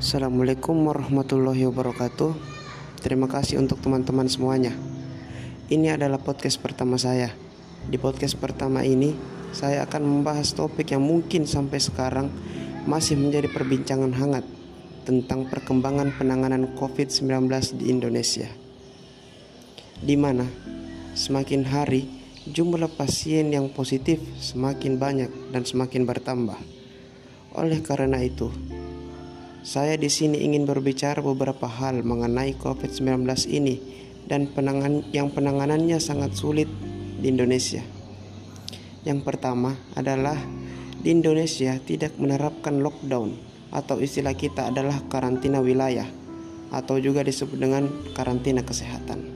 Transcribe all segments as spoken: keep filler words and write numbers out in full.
Assalamualaikum warahmatullahi wabarakatuh. Terima kasih untuk teman-teman semuanya. Ini adalah podcast pertama saya. Di podcast pertama ini, saya akan membahas topik yang mungkin sampai sekarang masih menjadi perbincangan hangat tentang perkembangan penanganan covid sembilan belas di Indonesia, di mana semakin hari jumlah pasien yang positif semakin banyak dan semakin bertambah. Oleh karena itu, saya di sini ingin berbicara beberapa hal mengenai covid sembilan belas ini dan penangan yang penanganannya sangat sulit di Indonesia. Yang pertama adalah di Indonesia tidak menerapkan lockdown, atau istilah kita adalah karantina wilayah, atau juga disebut dengan karantina kesehatan.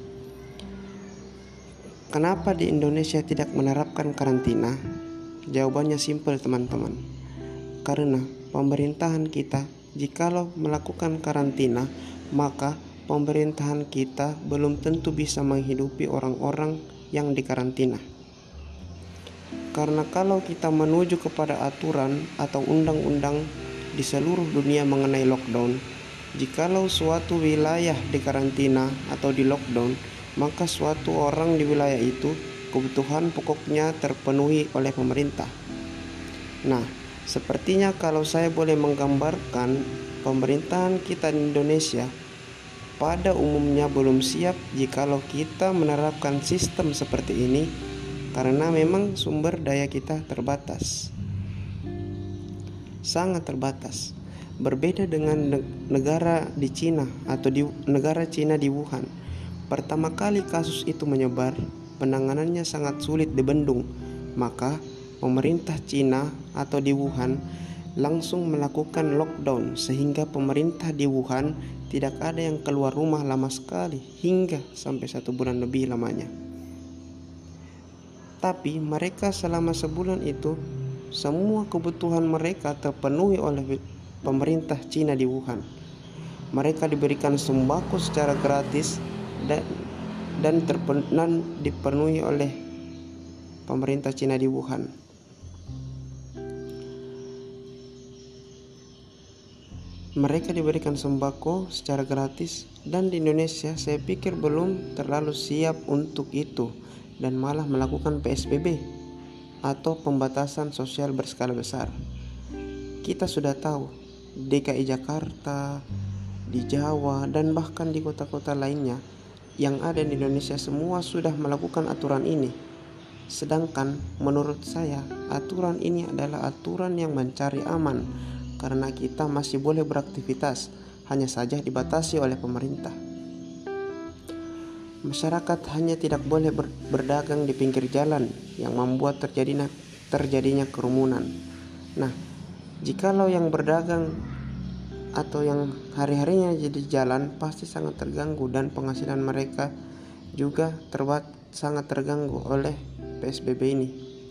Kenapa di Indonesia tidak menerapkan karantina? Jawabannya simpel, teman-teman. Karena pemerintahan kita, jikalau melakukan karantina, maka pemerintahan kita belum tentu bisa menghidupi orang-orang yang dikarantina. Karena kalau kita menuju kepada aturan atau undang-undang di seluruh dunia mengenai lockdown, jikalau suatu wilayah dikarantina atau di lockdown, maka suatu orang di wilayah itu kebutuhan pokoknya terpenuhi oleh pemerintah. Nah, sepertinya kalau saya boleh menggambarkan, pemerintahan kita di Indonesia pada umumnya belum siap jikalau kita menerapkan sistem seperti ini, karena memang sumber daya kita terbatas, sangat terbatas. Berbeda dengan negara di Cina atau di negara Cina di Wuhan, pertama kali kasus itu menyebar, penanganannya sangat sulit dibendung, maka pemerintah Cina atau di Wuhan langsung melakukan lockdown sehingga pemerintah di Wuhan tidak ada yang keluar rumah lama sekali hingga sampai satu bulan lebih lamanya. Tapi mereka selama sebulan itu semua kebutuhan mereka terpenuhi oleh pemerintah Cina di Wuhan. Mereka diberikan sembako secara gratis dan dan, terpen, dan dipenuhi oleh pemerintah Cina di Wuhan. Mereka diberikan sembako secara gratis, dan di Indonesia saya pikir belum terlalu siap untuk itu dan malah melakukan P S B B atau pembatasan sosial berskala besar. Kita sudah tahu D K I Jakarta, di Jawa, dan bahkan di kota-kota lainnya yang ada di Indonesia semua sudah melakukan aturan ini. Sedangkan menurut saya aturan ini adalah aturan yang mencari aman, karena kita masih boleh beraktivitas, hanya saja dibatasi oleh pemerintah. Masyarakat hanya tidak boleh ber- berdagang di pinggir jalan yang membuat terjadinya, terjadinya kerumunan. Nah, jikalau yang berdagang atau yang hari-harinya jadi jalan pasti sangat terganggu, dan penghasilan mereka juga terbat sangat terganggu oleh P S B B ini.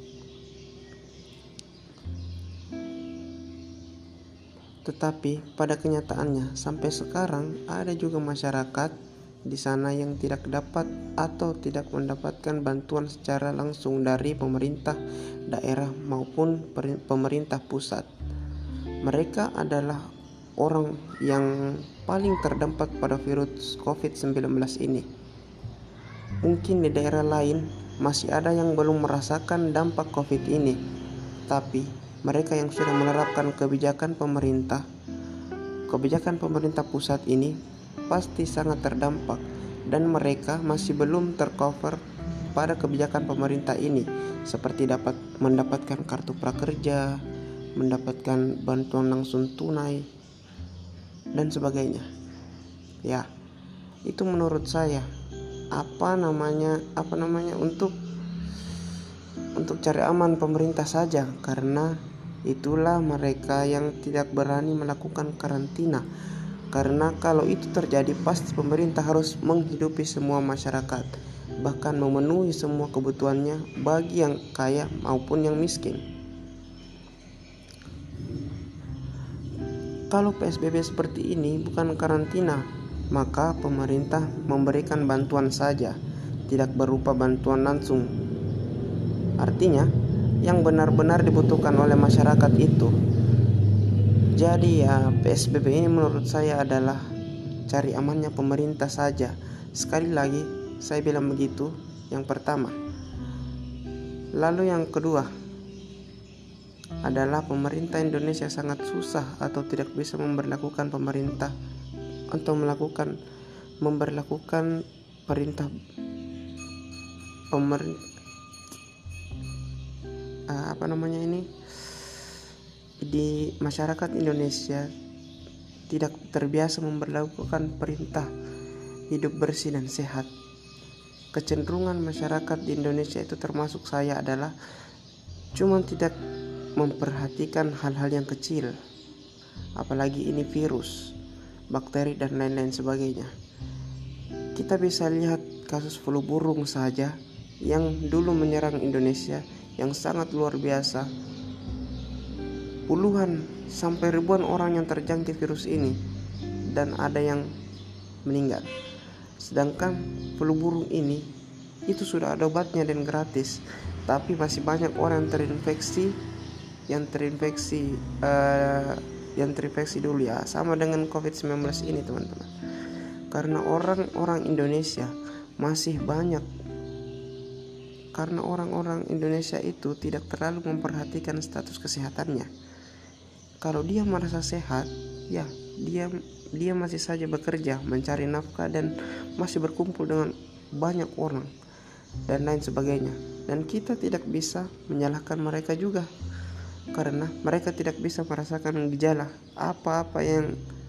Tetapi pada kenyataannya sampai sekarang ada juga masyarakat di sana yang tidak dapat atau tidak mendapatkan bantuan secara langsung dari pemerintah daerah maupun pemerintah pusat. Mereka adalah orang yang paling terdampak pada virus covid sembilan belas ini. Mungkin di daerah lain masih ada yang belum merasakan dampak Covid ini, tapi mereka yang sudah menerapkan kebijakan pemerintah, kebijakan pemerintah pusat ini pasti sangat terdampak, dan mereka masih belum tercover pada kebijakan pemerintah ini, seperti dapat mendapatkan kartu prakerja, mendapatkan bantuan langsung tunai, dan sebagainya. Ya, itu menurut saya apa namanya apa namanya untuk untuk cari aman pemerintah saja, karena itulah mereka yang tidak berani melakukan karantina. Karena kalau itu terjadi pasti pemerintah harus menghidupi semua masyarakat, bahkan memenuhi semua kebutuhannya bagi yang kaya maupun yang miskin. Kalau P S B B seperti ini bukan karantina, maka pemerintah memberikan bantuan saja, tidak berupa bantuan langsung. Artinya, yang benar-benar dibutuhkan oleh masyarakat itu Jadi ya P S B B ini menurut saya adalah cari amannya pemerintah saja. Sekali lagi saya bilang begitu, yang pertama. Lalu yang kedua adalah pemerintah Indonesia sangat susah atau tidak bisa memberlakukan pemerintah atau melakukan memberlakukan perintah pemerintah apa namanya ini di masyarakat Indonesia tidak terbiasa memberlakukan perintah hidup bersih dan sehat. Kecenderungan masyarakat di Indonesia itu termasuk saya adalah cuma tidak memperhatikan hal-hal yang kecil, apalagi ini virus, bakteri dan lain-lain sebagainya. Kita bisa lihat kasus flu burung saja yang dulu menyerang Indonesia yang sangat luar biasa. Puluhan sampai ribuan orang yang terjangkit virus ini dan ada yang meninggal. Sedangkan flu burung ini itu sudah ada obatnya dan gratis, tapi masih banyak orang yang terinfeksi yang terinfeksi uh, yang terinfeksi dulu ya, sama dengan covid sembilan belas ini teman-teman. Karena orang-orang Indonesia masih banyak karena orang-orang Indonesia itu tidak terlalu memperhatikan status kesehatannya. Kalau dia merasa sehat, ya dia dia masih saja bekerja, mencari nafkah dan masih berkumpul dengan banyak orang dan lain sebagainya. Dan kita tidak bisa menyalahkan mereka juga, karena mereka tidak bisa merasakan gejala apa-apa yang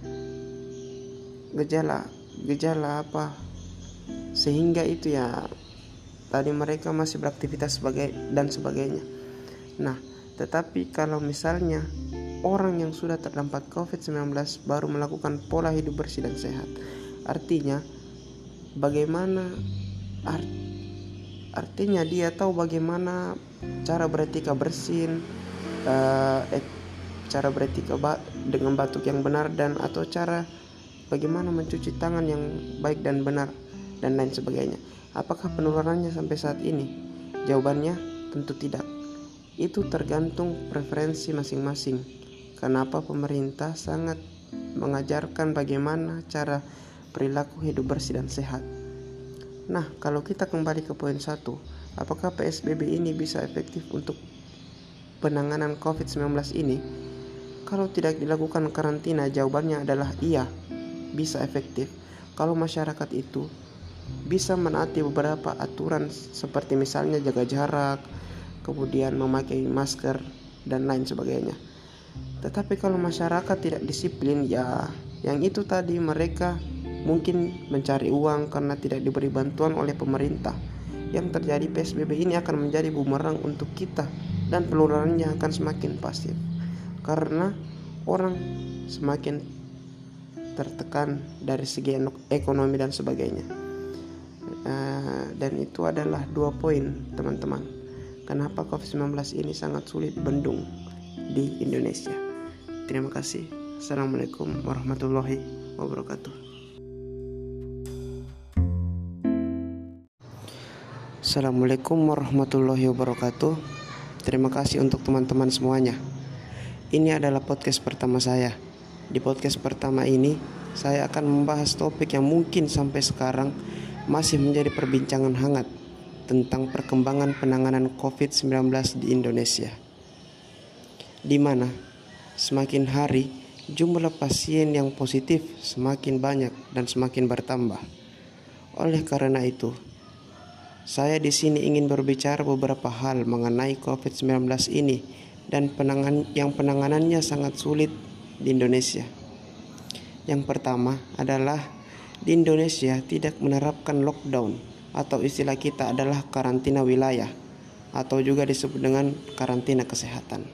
gejala gejala apa sehingga itu ya tadi mereka masih beraktivitas sebagai dan sebagainya. Nah, tetapi kalau misalnya orang yang sudah terdampak covid sembilan belas baru melakukan pola hidup bersih dan sehat, artinya bagaimana art, artinya dia tahu bagaimana cara beretika bersin, uh, eh, cara beretika ba- dengan batuk yang benar dan atau cara bagaimana mencuci tangan yang baik dan benar dan lain sebagainya. Apakah penularannya sampai saat ini? Jawabannya tentu tidak. Itu tergantung preferensi masing-masing. Kenapa pemerintah sangat mengajarkan bagaimana cara perilaku hidup bersih dan sehat. Nah, kalau kita kembali ke poin satu, apakah P S B B ini bisa efektif untuk penanganan covid sembilan belas ini? Kalau tidak dilakukan karantina, jawabannya adalah iya, bisa efektif. Kalau masyarakat itu bisa menaati beberapa aturan seperti misalnya jaga jarak, kemudian memakai masker dan lain sebagainya. Tetapi kalau masyarakat tidak disiplin, ya yang itu tadi, mereka mungkin mencari uang karena tidak diberi bantuan oleh pemerintah. Yang terjadi P S B B ini akan menjadi bumerang untuk kita dan penularannya akan semakin pasif karena orang semakin tertekan dari segi ekonomi dan sebagainya. Uh, dan itu adalah dua poin teman-teman, kenapa covid sembilan belas ini sangat sulit bendung di Indonesia. Terima kasih. Assalamualaikum warahmatullahi wabarakatuh. Assalamualaikum warahmatullahi wabarakatuh. Terima kasih untuk teman-teman semuanya. Ini adalah podcast pertama saya. Di podcast pertama ini saya akan membahas topik yang mungkin sampai sekarang masih menjadi perbincangan hangat tentang perkembangan penanganan covid sembilan belas di Indonesia, di mana semakin hari jumlah pasien yang positif semakin banyak dan semakin bertambah. Oleh karena itu, saya di sini ingin berbicara beberapa hal mengenai covid sembilan belas ini dan penangan yang penanganannya sangat sulit di Indonesia. Yang pertama adalah di Indonesia tidak menerapkan lockdown atau istilah kita adalah karantina wilayah atau juga disebut dengan karantina kesehatan.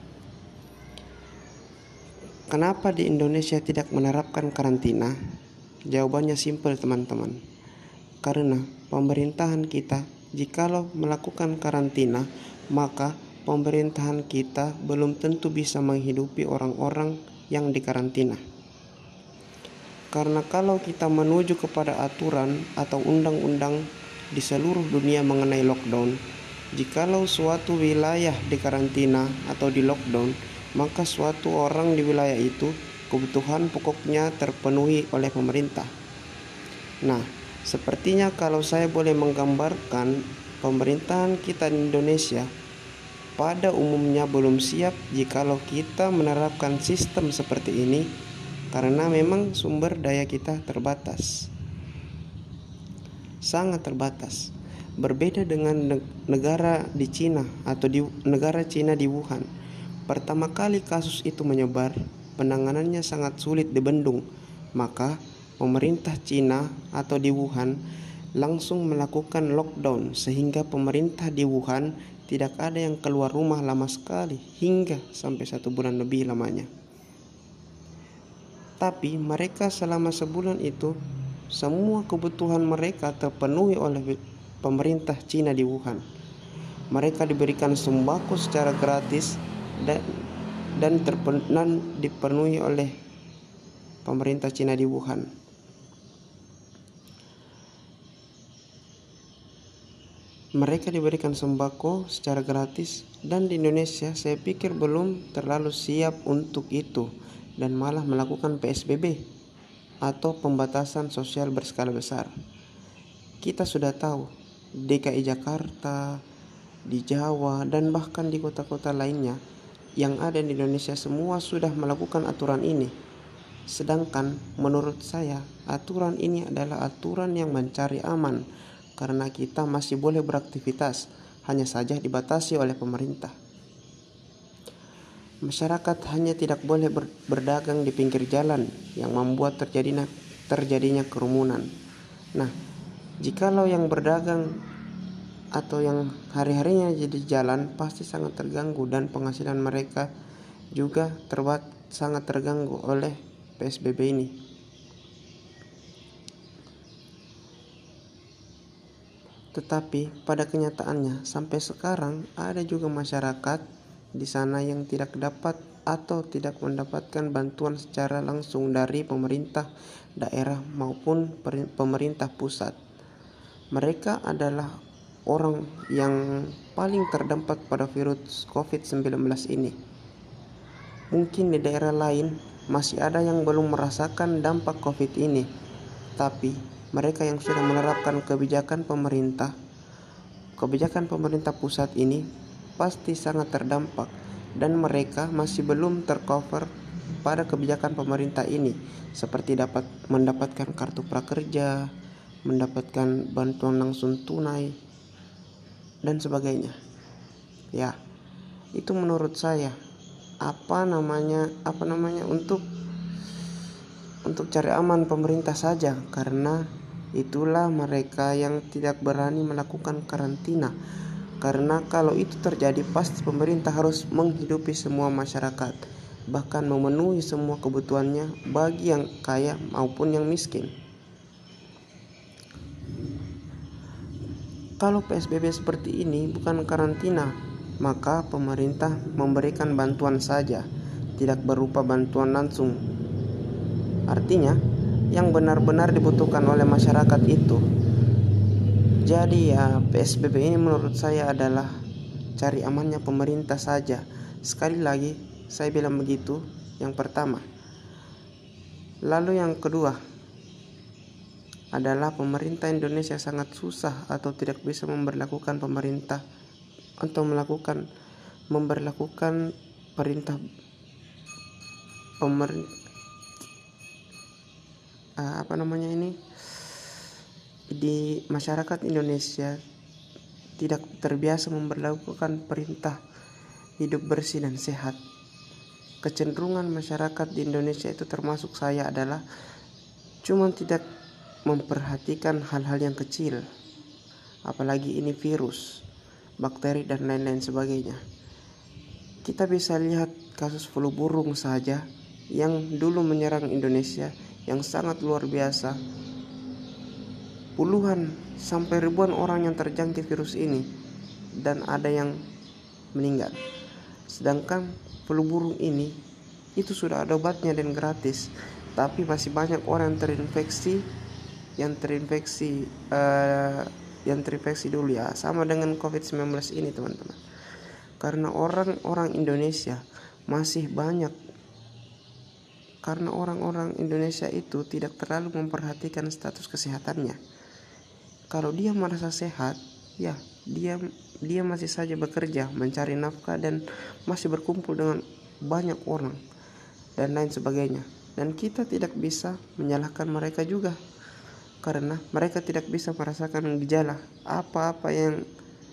Kenapa di Indonesia tidak menerapkan karantina? Jawabannya simpel teman-teman. Karena pemerintahan kita jikalau melakukan karantina, maka pemerintahan kita belum tentu bisa menghidupi orang-orang yang dikarantina. Karena kalau kita menuju kepada aturan atau undang-undang di seluruh dunia mengenai lockdown, Jikalau suatu wilayah dikarantina atau di lockdown, maka suatu orang di wilayah itu kebutuhan pokoknya terpenuhi oleh pemerintah. Nah, sepertinya kalau saya boleh menggambarkan, pemerintahan kita di Indonesia pada umumnya belum siap jikalau kita menerapkan sistem seperti ini, karena memang sumber daya kita terbatas, sangat terbatas. Berbeda dengan negara di Cina atau di negara Cina di Wuhan. Pertama kali kasus itu menyebar, penanganannya sangat sulit dibendung. Maka pemerintah Cina atau di Wuhan langsung melakukan lockdown sehingga pemerintah di Wuhan tidak ada yang keluar rumah lama sekali hingga sampai satu bulan lebih lamanya. Tapi mereka selama sebulan itu semua kebutuhan mereka terpenuhi oleh pemerintah Cina di Wuhan. Mereka diberikan sembako secara gratis dan dan, terpen, dan dipenuhi oleh pemerintah Cina di Wuhan. Mereka diberikan sembako secara gratis, dan di Indonesia saya pikir belum terlalu siap untuk itu dan malah melakukan P S B B atau pembatasan sosial berskala besar. Kita sudah tahu D K I Jakarta, di Jawa, dan bahkan di kota-kota lainnya yang ada di Indonesia semua sudah melakukan aturan ini. Sedangkan menurut saya aturan ini adalah aturan yang mencari aman karena kita masih boleh beraktivitas, hanya saja dibatasi oleh pemerintah. Masyarakat hanya tidak boleh ber- berdagang di pinggir jalan yang membuat terjadinya, terjadinya kerumunan. Nah, jikalau yang berdagang atau yang hari-harinya jadi jalan pasti sangat terganggu, dan penghasilan mereka juga terbuat sangat terganggu oleh P S B B ini. Tetapi pada kenyataannya sampai sekarang ada juga masyarakat di sana yang tidak dapat atau tidak mendapatkan bantuan secara langsung dari pemerintah daerah maupun pemerintah pusat. Mereka adalah orang yang paling terdampak pada virus covid sembilan belas ini. Mungkin di daerah lain masih ada yang belum merasakan dampak Covid ini, tapi mereka yang sudah menerapkan kebijakan pemerintah, kebijakan pemerintah pusat ini pasti sangat terdampak, dan mereka masih belum tercover pada kebijakan pemerintah ini, seperti dapat mendapatkan kartu prakerja, mendapatkan bantuan langsung tunai, dan sebagainya. Ya, itu menurut saya apa namanya apa namanya untuk untuk cari aman pemerintah saja, karena itulah mereka yang tidak berani melakukan karantina. Karena kalau itu terjadi pasti pemerintah harus menghidupi semua masyarakat, bahkan memenuhi semua kebutuhannya bagi yang kaya maupun yang miskin. Kalau P S B B seperti ini bukan karantina, maka pemerintah memberikan bantuan saja, tidak berupa bantuan langsung. Artinya, yang benar-benar dibutuhkan oleh masyarakat itu. Jadi ya, P S B B ini menurut saya adalah cari amannya pemerintah saja. Sekali lagi, saya bilang begitu, yang pertama. Lalu yang kedua adalah pemerintah Indonesia sangat susah atau tidak bisa memberlakukan pemerintah atau melakukan memberlakukan perintah pemerintah uh, apa namanya ini di masyarakat Indonesia tidak terbiasa memberlakukan perintah hidup bersih dan sehat. Kecenderungan masyarakat di Indonesia itu termasuk saya adalah cuma tidak memperhatikan hal-hal yang kecil, apalagi ini virus, bakteri dan lain-lain sebagainya. Kita bisa lihat kasus flu burung saja yang dulu menyerang Indonesia yang sangat luar biasa. Puluhan sampai ribuan orang yang terjangkit virus ini dan ada yang meninggal. Sedangkan flu burung ini itu sudah ada obatnya dan gratis, tapi masih banyak orang yang terinfeksi yang terinfeksi uh, yang terinfeksi dulu ya, sama dengan covid sembilan belas ini teman-teman. Karena orang-orang Indonesia masih banyak, karena orang-orang Indonesia itu tidak terlalu memperhatikan status kesehatannya. Kalau dia merasa sehat, ya dia dia masih saja bekerja, mencari nafkah, dan masih berkumpul dengan banyak orang dan lain sebagainya. Dan kita tidak bisa menyalahkan mereka juga, karena mereka tidak bisa merasakan gejala apa-apa yang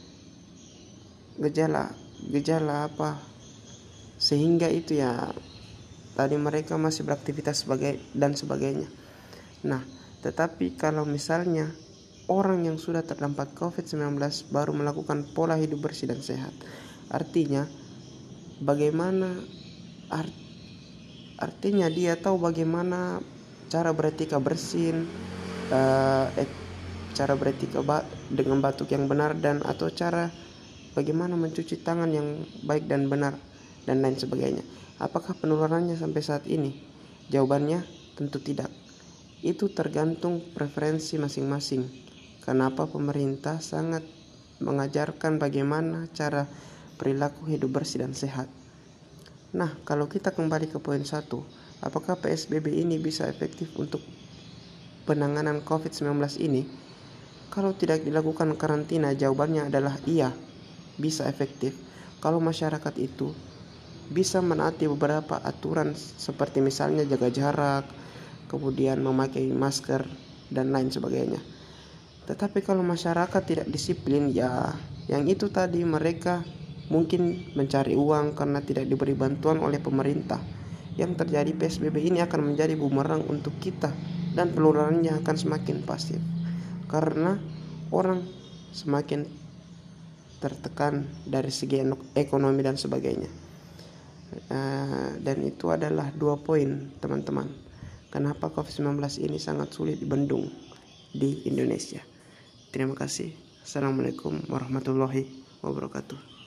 gejala gejala apa sehingga itu ya tadi mereka masih beraktivitas sebagai dan sebagainya. Nah, tetapi kalau misalnya orang yang sudah terdampak covid sembilan belas baru melakukan pola hidup bersih dan sehat, artinya bagaimana art, artinya dia tahu bagaimana cara beretika bersin, uh, eh, cara beretika ba- dengan batuk yang benar, dan atau cara bagaimana mencuci tangan yang baik dan benar dan lain sebagainya. Apakah penularannya sampai saat ini? Jawabannya tentu tidak. Itu tergantung preferensi masing-masing. Kenapa pemerintah sangat mengajarkan bagaimana cara perilaku hidup bersih dan sehat. Nah, kalau kita kembali ke poin satu, apakah P S B B ini bisa efektif untuk penanganan covid sembilan belas ini? Kalau tidak dilakukan karantina, jawabannya adalah iya, bisa efektif. Kalau masyarakat itu bisa menaati beberapa aturan seperti misalnya jaga jarak, kemudian memakai masker, dan lain sebagainya. Tetapi kalau masyarakat tidak disiplin, ya yang itu tadi, mereka mungkin mencari uang karena tidak diberi bantuan oleh pemerintah. Yang terjadi P S B B ini akan menjadi bumerang untuk kita, dan penularannya akan semakin pasif karena orang semakin tertekan dari segi ekonomi dan sebagainya. Uh, dan itu adalah dua poin teman-teman, kenapa covid sembilan belas ini sangat sulit dibendung di Indonesia. Terima kasih. Assalamualaikum warahmatullahi wabarakatuh.